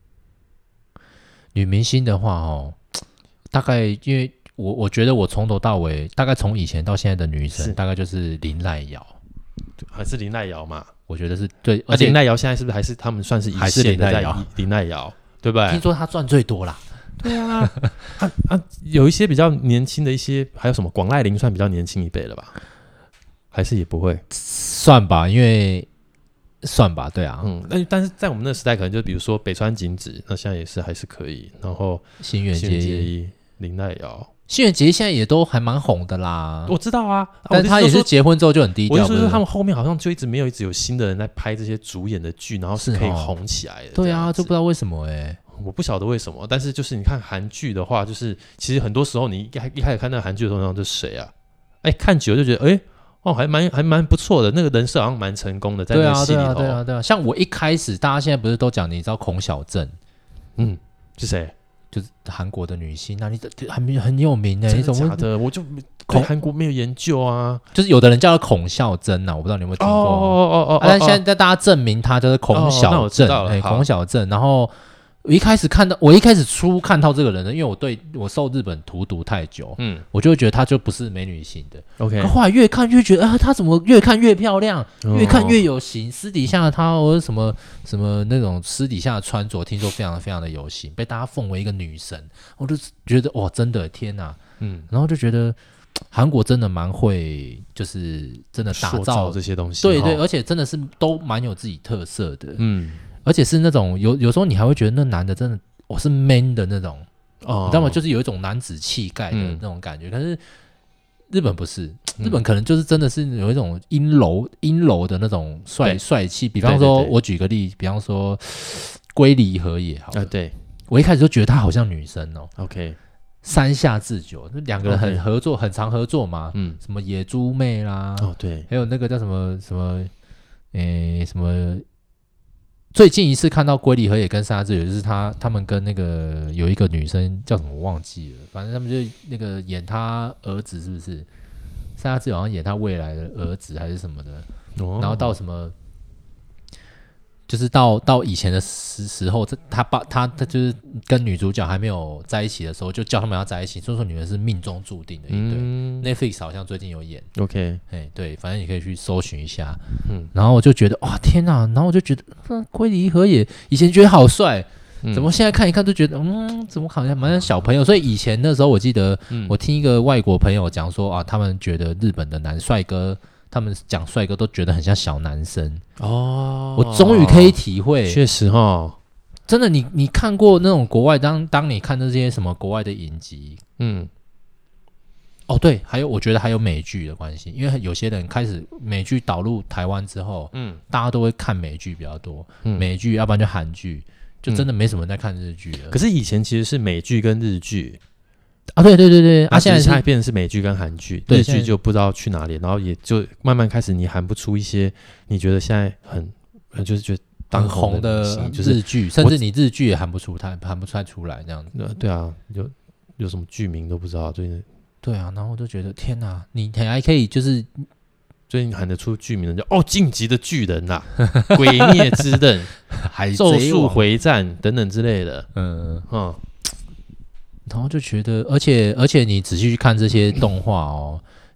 女明星的话哦，大概因为我我觉得我从头到尾，大概从以前到现在的女神，大概就是林濑遥。 还是林濑遥嘛？ 我觉得是对，而且林濑遥现在是不是还是他们算是一线的在林濑遥，对不对？ 听说他赚最多啦。 对啊，啊啊，有一些比较年轻的一些，还有什么广濑铃算比较年轻一辈了吧？还是也不会算吧，因为算吧，对啊， 嗯，但但是在我们那个时代，可能就比如说北川景子，那现在也是还是可以，然后新垣结衣、 林濑遥。 新垣结衣现在也都还蛮红的啦， 我知道啊， 但是他也是结婚之后就很低调。 我就说他们后面好像就一直没有一直有新的人在拍这些主演的剧，然后是可以红起来的。 对啊，就不知道为什么哎、欸， 我不晓得为什么，但是就是你看韩剧的话，就是其实很多时候你一一开始看那个韩剧的时候，这是谁啊？哎，看久了就觉得哎。哦，还蛮还蛮不错的，那个人设好像蛮成功的，在那个戏里头。对啊， 对啊，对啊，对啊。像我一开始，大家现在不是都讲，你知道孔晓振？ 嗯，是谁？ 就是韩国的女星，那、啊、你很很有名的、欸， 真的假的？我就对韩国没有研究啊。 就是有的人叫她孔孝真啊，我不知道你有没有听过。哦哦哦哦。但现在在大家证明她就是孔晓振，哎、哦欸，孔晓振，然后。我一开始看到，我一开始初看到这个人呢，因为我对我受日本荼毒太久，嗯，我就会觉得她就不是美女型的。OK， 后来越看越觉得啊，她怎么越看越漂亮，哦、越看越有型。私底下她或者什么什么那种私底下的穿着，听说非常非常的有型，被大家奉为一个女神。我就觉得哇，真的天哪，嗯，然后就觉得韩国真的蛮会，就是真的打造这些东西， 对对，而且真的是都蛮有自己特色的，嗯。而且是那种有有时候你还会觉得那男的真的我、哦、是 man 的那种、哦，你知道吗？就是有一种男子气概的那种感觉。嗯、可是日本不是，日本可能就是真的是有一种阴柔阴柔的那种帅帅气。比方说，我举个例，比方说龟梨和也好了、呃， 对我一开始就觉得她好像女生哦。 OK， 山下智久，那两个人很合作， okay. 很常合作嘛。嗯，什么野猪妹啦， 哦对， 还有那个叫什么什么，诶什么。最近一次看到龟梨和也跟山下智久，就是他他们跟那个有一个女生叫什么我忘记了，反正他们就那个演他儿子是不是？山下智久好像演他未来的儿子还是什么的，哦、然后到什么，就是到到以前的时时候，他爸他他就是跟女主角还没有在一起的时候，就叫他们要在一起，所以说女人是命中注定的一对。嗯、Netflix 好像最近有演 ，OK， 哎对，反正你可以去搜寻一下。嗯，然后我就觉得哇天哪，然后我就觉得龟梨和也以前觉得好帅，嗯、怎么现在看一看都觉得嗯，怎么好像蛮像小朋友？所以以前那时候我记得，嗯、我听一个外国朋友讲说啊，他们觉得日本的男帅哥。他们讲帅哥都觉得很像小男生哦，我终于可以体会， 确实哦， 真的你，你看过那种国外当当你看这些什么国外的影集，嗯，哦对，还有我觉得还有美剧的关系，因为有些人开始美剧导入台湾之后，嗯，大家都会看美剧比较多，嗯、美剧要不然就韩剧，就真的没什么人在看日剧了。 嗯、可是以前其实是美剧跟日剧。 啊，对对对对， 啊，现在现在变成是美剧跟韩剧，日剧就不知道去哪里，然后也就慢慢开始你喊不出一些你觉得现在很就是觉得当红的日剧，甚至你日剧也喊不出，它喊不出来出来这样子。 对啊，有有什么剧名都不知道，最近对啊，然后我就觉得天哪，你还可以就是最近喊得出剧名的叫哦，晋级的巨人呐、啊，鬼灭之刃、咒术回战等等之类的，嗯嗯。 然后就觉得，而且而且你仔细去看这些动画哦，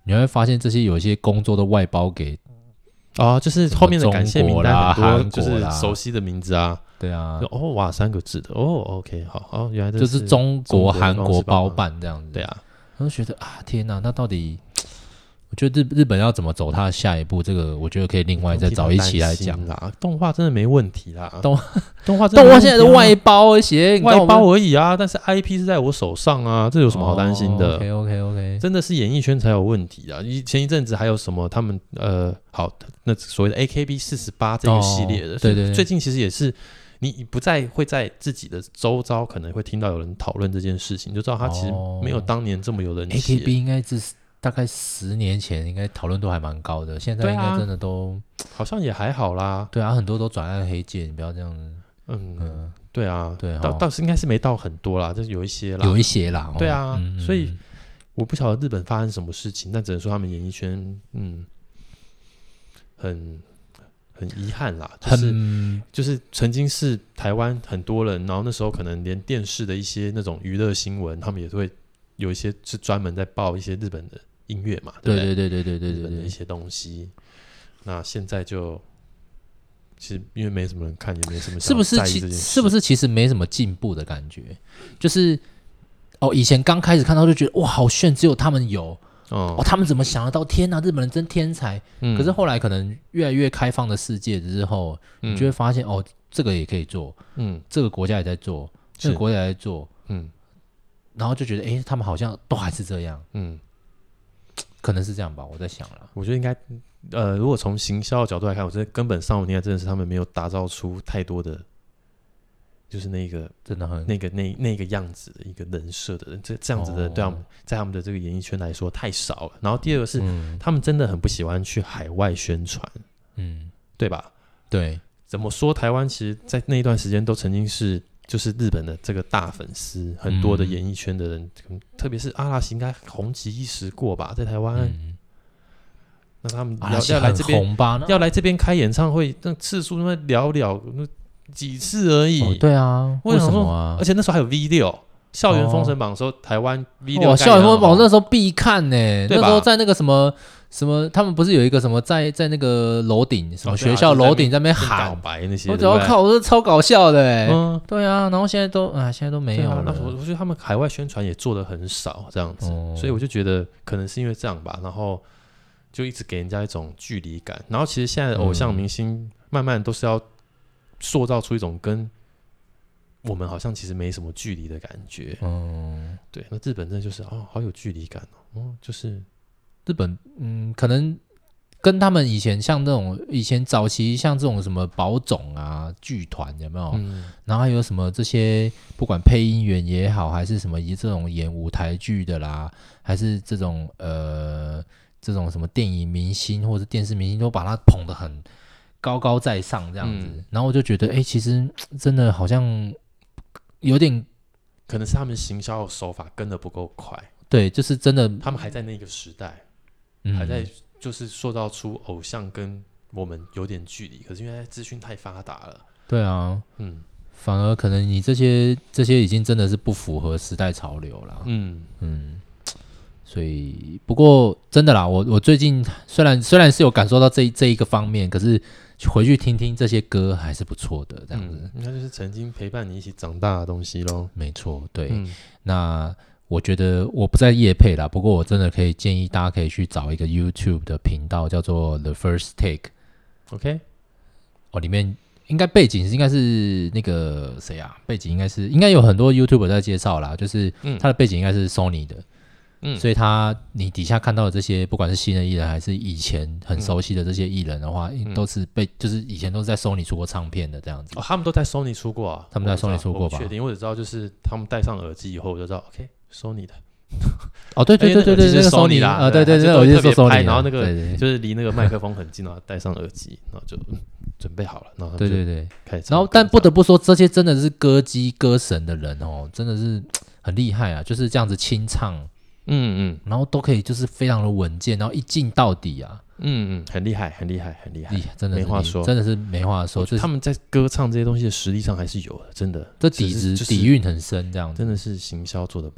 你会发现这些有一些工作都外包给哦，就是后面的感谢名单很多就是啦熟悉的名字啊， 对啊， 哦哇三个字的哦 ，OK 好哦，原来这就是中国、韩国包办办这样子， 对啊， 我就觉得啊，天哪，那到底？我觉得日日本要怎么走它的下一步，这个我觉得可以另外再找一期来讲啦。动画真的没问题啦， 动动画动画现在是外包而且外包而已啊，但是 I P 是在我手上啊，这有什么好担心的、 哦、？OK OK OK， 真的是演艺圈才有问题啊！前一阵子还有什么他们呃，好那所谓的 A K B 四十八这个系列的， 哦、对 对, 对， 最近其实也是你不再会在自己的周遭可能会听到有人讨论这件事情，就知道他其实没有当年这么有人气。 A K B 应该是。大概十年前应该讨论度还蛮高的，现在应该真的都、 啊、好像也还好啦。 对啊，很多都转暗黑界，你不要这样子。 嗯，嗯对啊， 对， 倒倒是应该是没到很多啦，就是有一些啦， 有一些啦。 对啊， 嗯、 所以我不晓得日本发生什么事情，但只能说他们演艺圈，嗯，很很遗憾啦，就是就是曾经是台湾很多人，然后那时候可能连电视的一些那种娱乐新闻，他们也会有一些是专门在报一些日本的。音乐嘛，对不对？ 对对对对对对对对， 一些东西。那现在就其实因为没什么人看，也没什么想在意这件事， 是不是其实没什么进步的感觉？就是哦，以前刚开始看到就觉得哇，好炫，只有他们有哦, 哦，他们怎么想得到？天哪，日本人真天才！嗯、可是后来可能越来越开放的世界之后，嗯、你就会发现哦，这个也可以做，嗯，这个国家也在做，这个国家也在做，嗯，然后就觉得哎，他们好像都还是这样，嗯。可能是这样吧，我在想了。 我觉得应该，呃，如果从行销的角度来看，我觉得根本上，应该真的是他们没有打造出太多的，就是那个真的很那个那那个样子的一个人设的人，这这样子的人，对他们、哦、在他们的这个演艺圈来说太少了。然后第二个是，嗯、他们真的很不喜欢去海外宣传，嗯，对吧？ 对， 怎么说？台湾其实，在那一段时间都曾经是。就是日本的这个大粉丝，很多的演艺圈的人，嗯、特别是阿拉西应该红极一时过吧，在台湾。嗯、那他们要要来这边，要来这边开演唱会，那次数那寥寥那几次而已。 哦、对啊，为什么啊？ 而且那时候还有 V 六，校园封神榜的时候，哦、台湾 V 六、 哦，校园封神榜那时候必看呢、欸，那时候在那个什么。什么？他们不是有一个什么在在那个楼顶，什么学校楼顶在那边喊、 哦、白那些？ 我只要靠，我说超搞笑的哎、欸嗯，对啊，然后现在都啊，现在都没有了。 啊、我我觉得他们海外宣传也做得很少，这样子、哦，所以我就觉得可能是因为这样吧，然后就一直给人家一种距离感。然后其实现在的偶像明星慢慢都是要塑造出一种跟我们好像其实没什么距离的感觉。嗯，对，那日本真的就是哦，好有距离感哦，哦，就是。 日本，嗯，可能跟他们以前像这种以前早期像这种什么宝冢啊剧团有没有？嗯、然后还有什么这些不管配音员也好，还是什么这种演舞台剧的啦，还是这种呃这种什么电影明星或者电视明星，都把他捧得很高高在上这样子。嗯、然后我就觉得，哎、欸，其实真的好像有点， 可能是他们行销的手法跟得不够快。 对，就是真的， 他们还在那个时代。嗯、还在就是塑造出偶像跟我们有点距离，可是因为资讯太发达了， 对啊，嗯，反而可能你这些这些已经真的是不符合时代潮流了，嗯嗯，所以不过真的啦，我我最近虽然虽然是有感受到这这一个方面，可是回去听听这些歌还是不错的，这样子， 那、嗯、就是曾经陪伴你一起长大的东西咯。 没错，对，嗯、那。我觉得我不在业配啦，不过我真的可以建议大家可以去找一个 YouTube 的频道，叫做 The First Take。OK， 哦，里面应该背景是应该是那个谁啊？背景应该是应该有很多 YouTuber 在介绍啦，就是他的背景应该是 Sony 的，嗯，所以他你底下看到的这些，不管是新的艺人还是以前很熟悉的这些艺人的话，嗯、都是被就是以前都是在 Sony 出过唱片的这样子。 哦，他们都在 Sony 出过啊？ 他们在 Sony 出过吧？ 我确定，我只知道就是他们戴上耳机以后，我就知道 OK。Sony 的哦，对对对对对， 那个 Sony 啦， 啊，对对对，我就说 Sony， 然后那个就是离那个麦克风很近，然后戴上耳机，然后就准备好了，然后对对对， 开始。 然后，但不得不说，这些真的是歌姬歌神的人哦，真的是很厉害啊，就是这样子清唱，嗯嗯，然后都可以就是非常的稳健，然后一进到底啊， 嗯嗯，很厉害，很厉害，很厉害， 真的没话说， 真的是没话说。 他们在歌唱这些东西的实力上还是有的，真的， 这底子底蕴很深，这样子真的是行销做得不好。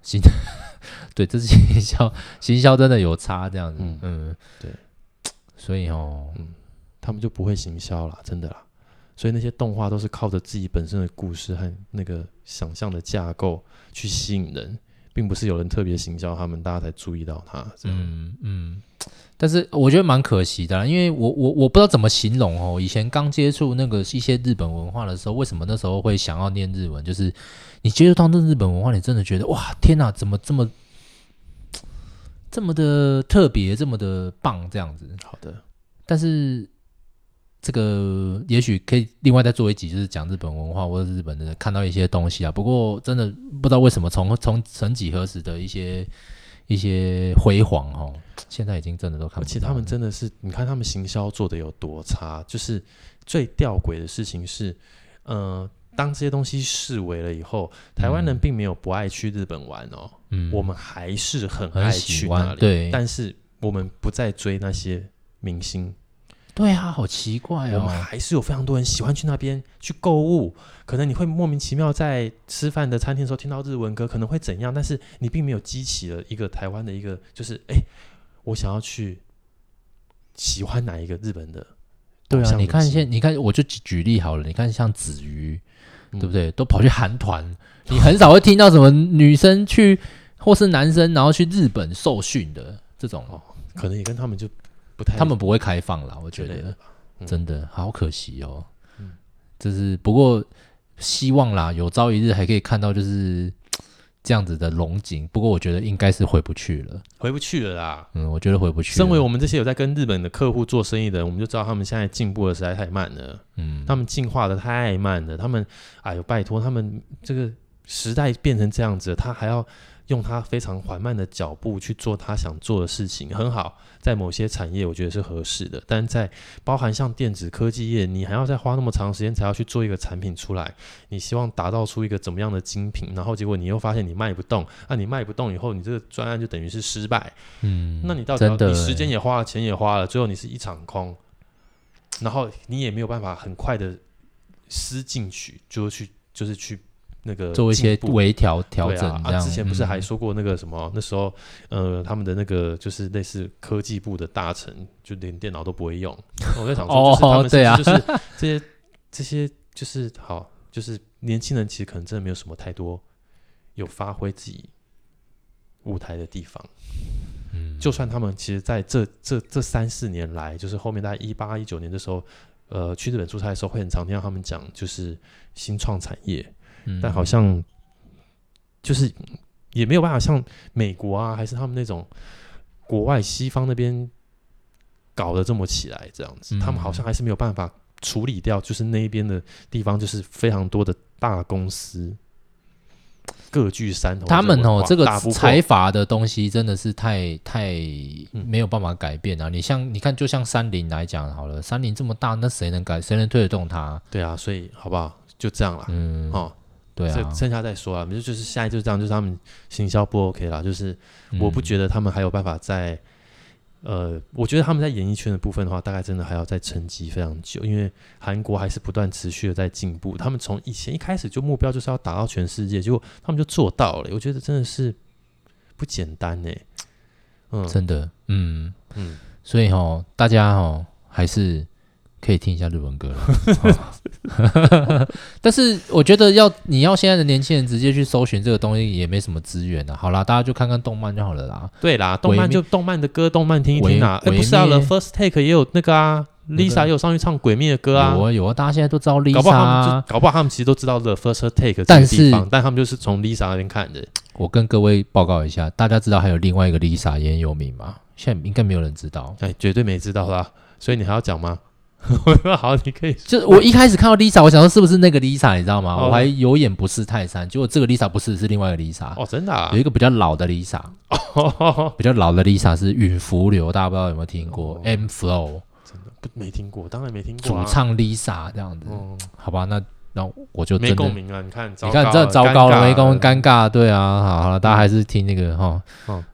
行，对，这是行销，行销真的有差这样子，嗯，嗯对， 所以哦， 嗯，他们就不会行销啦，真的啦。所以那些动画都是靠着自己本身的故事和那个想象的架构去吸引人，并不是有人特别行销他们，大家才注意到他。 嗯嗯，但是我觉得蛮可惜的啦，因为我我我不知道怎么形容哦。以前刚接触那个一些日本文化的时候，为什么那时候会想要念日文？就是你接触到这日本文化，你真的觉得哇，天哪，怎么这么这么的特别，这么的棒，这样子。 好的， 但是这个也许可以另外再做一集，就是讲日本文化或者日本的看到一些东西啊。不过真的不知道为什么从从曾几何时的一些一些辉煌哦，现在已经真的都看不到。而且他们真的是，你看他们行销做的有多差，就是最吊诡的事情是，呃，当这些东西式微了以后，台湾人并没有不爱去日本玩哦，嗯，我们还是很爱去那里， 对， 但是我们不再追那些明星。 对啊，好奇怪哦！ 我们还是有非常多人喜欢去那边去购物，可能你会莫名其妙在吃饭的餐厅的时候听到日文歌，可能会怎样？但是你并没有激起了一个台湾的一个，就是哎，我想要去喜欢哪一个日本的。 对啊，你看现你看，我就举例好了，你看像子瑜，嗯、对不对？都跑去韩团，你很少会听到什么女生去或是男生然后去日本受训的这种哦， 可能也跟他们就。不太他们不会开放啦，我觉得、嗯、真的好可惜哦。嗯，就是不过希望啦，有朝一日还可以看到就是这样子的龙井。不过我觉得应该是回不去了， 回不去了啦。 嗯，我觉得回不去了。 身为我们这些有在跟日本的客户做生意的人，我们就知道他们现在进步的实在太慢了。嗯，他们进化的太慢了。他们哎呦，拜托，他们这个时代变成这样子了，他还要用他非常缓慢的脚步去做他想做的事情，很好，在某些产业我觉得是合适的，但在包含像电子科技业，你还要再花那么长时间才要去做一个产品出来，你希望打造出一个怎么样的精品，然后结果你又发现你卖不动，那、啊、你卖不动以后，你这个专案就等于是失败，嗯，那你到底要你时间也花了，钱也花了，最后你是一场空，然后你也没有办法很快的施进去，就去就是去。那个做一些微调调整这样、 啊啊、之前不是还说过那个什么、嗯、那时候呃他们的那个就是类似科技部的大臣就连电脑都不会用，我在想说就是他们是、哦、就是这些这些就是好就是年轻人其实可能真的没有什么太多有发挥自己舞台的地方，嗯，就算他们其实在这这这三四年来，就是后面大概一八一九年的时候，呃去日本出差的时候会很常听到他们讲就是新创产业。但好像就是也没有办法像美国啊，还是他们那种国外西方那边搞得这么起来这样子、嗯，他们好像还是没有办法处理掉，就是那边的地方就是非常多的大公司各据山头， 他们哦这个财阀的东西真的是太太没有办法改变啊！嗯、你像你看，就像三菱来讲好了，三菱这么大，那谁能改？谁能推得动它？ 对啊，所以好不好？就这样啦，嗯，哦。 对啊， 剩下再说啊，就是现在就这样，就是他们行销不 OK 啦，就是我不觉得他们还有办法在、嗯、呃，我觉得他们在演艺圈的部分的话，大概真的还要再沉寂非常久，因为韩国还是不断持续的在进步，他们从以前一开始就目标就是要打到全世界，结果他们就做到了，我觉得真的是不简单呢、欸， 嗯，真的，嗯嗯，所以齁，大家齁还是。可以听一下日文歌了，但是我觉得要你要现在的年轻人直接去搜寻这个东西也没什么资源啊。好啦，大家就看看动漫就好了啦。 对啦，动漫就动漫的歌，动漫听一听啊。哎、欸，不是啊 ，The First Take 也有那个啊 ，Lisa 也有上去唱《鬼灭》的歌啊。 有啊有啊，大家现在都知道 Lisa， 搞不好他们搞不好他们其实都知道 The First Take 这个地方，但他们就是从 Lisa 那边看的。 我跟各位报告一下，大家知道还有另外一个 Lisa 也很有名吗？现在应该没有人知道。 哎，绝对没知道啦。所以你还要讲吗？好，你可以。 就我一开始看到 Lisa， 我想说是不是那个 Lisa， 你知道吗？哦、我还有眼不识泰山，结果这个 Lisa 不是，是另外一个 Lisa。 哦，真的、啊？ 有一个比较老的 Lisa，、哦、比较老的 Lisa 是允福流，大家不知道有没有听过、哦、？M Flow， 真的不没听过，当然没听过、啊。 主唱 Lisa 这样子，哦、好吧，那那我就真的没共鸣啊！你看， 你看，真的糟糕了，没共鸣，尴尬。对啊，好，好了，大家还是听那个哈。哦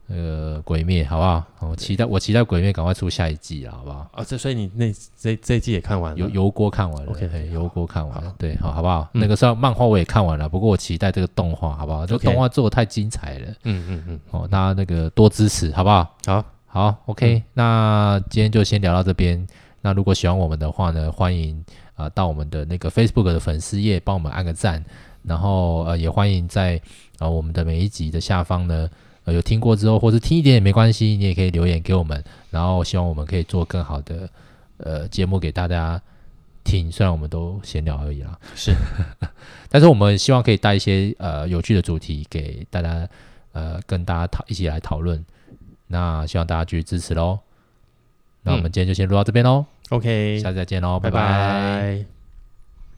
那个鬼灭好不好？我期待我期待鬼灭赶快出下一季了，好不好？ 啊，这所以你那这这一季也看完了， 油油锅看完了 ，OK， 油锅看完了，对，好好不好？嗯、那个时候漫画我也看完了，不过我期待这个动画，好不好？这个动画做的太精彩了，嗯嗯嗯，哦，大家那个多支持，好不好？ 好， 好 ，OK，、嗯、那今天就先聊到这边。那如果喜欢我们的话呢，欢迎啊、呃、到我们的那个 Facebook 的粉丝页帮我们按个赞，然后呃也欢迎在啊、呃、我们的每一集的下方呢。呃、有听过之后，或是听一点也没关系，你也可以留言给我们，然后希望我们可以做更好的呃节目给大家听。虽然我们都闲聊而已啦， 是， 但是我们希望可以带一些呃有趣的主题给大家，呃跟大家讨一起来讨论。那希望大家继续支持咯。那我们今天就先录到这边咯、 嗯、OK， 下次再见咯，拜拜拜。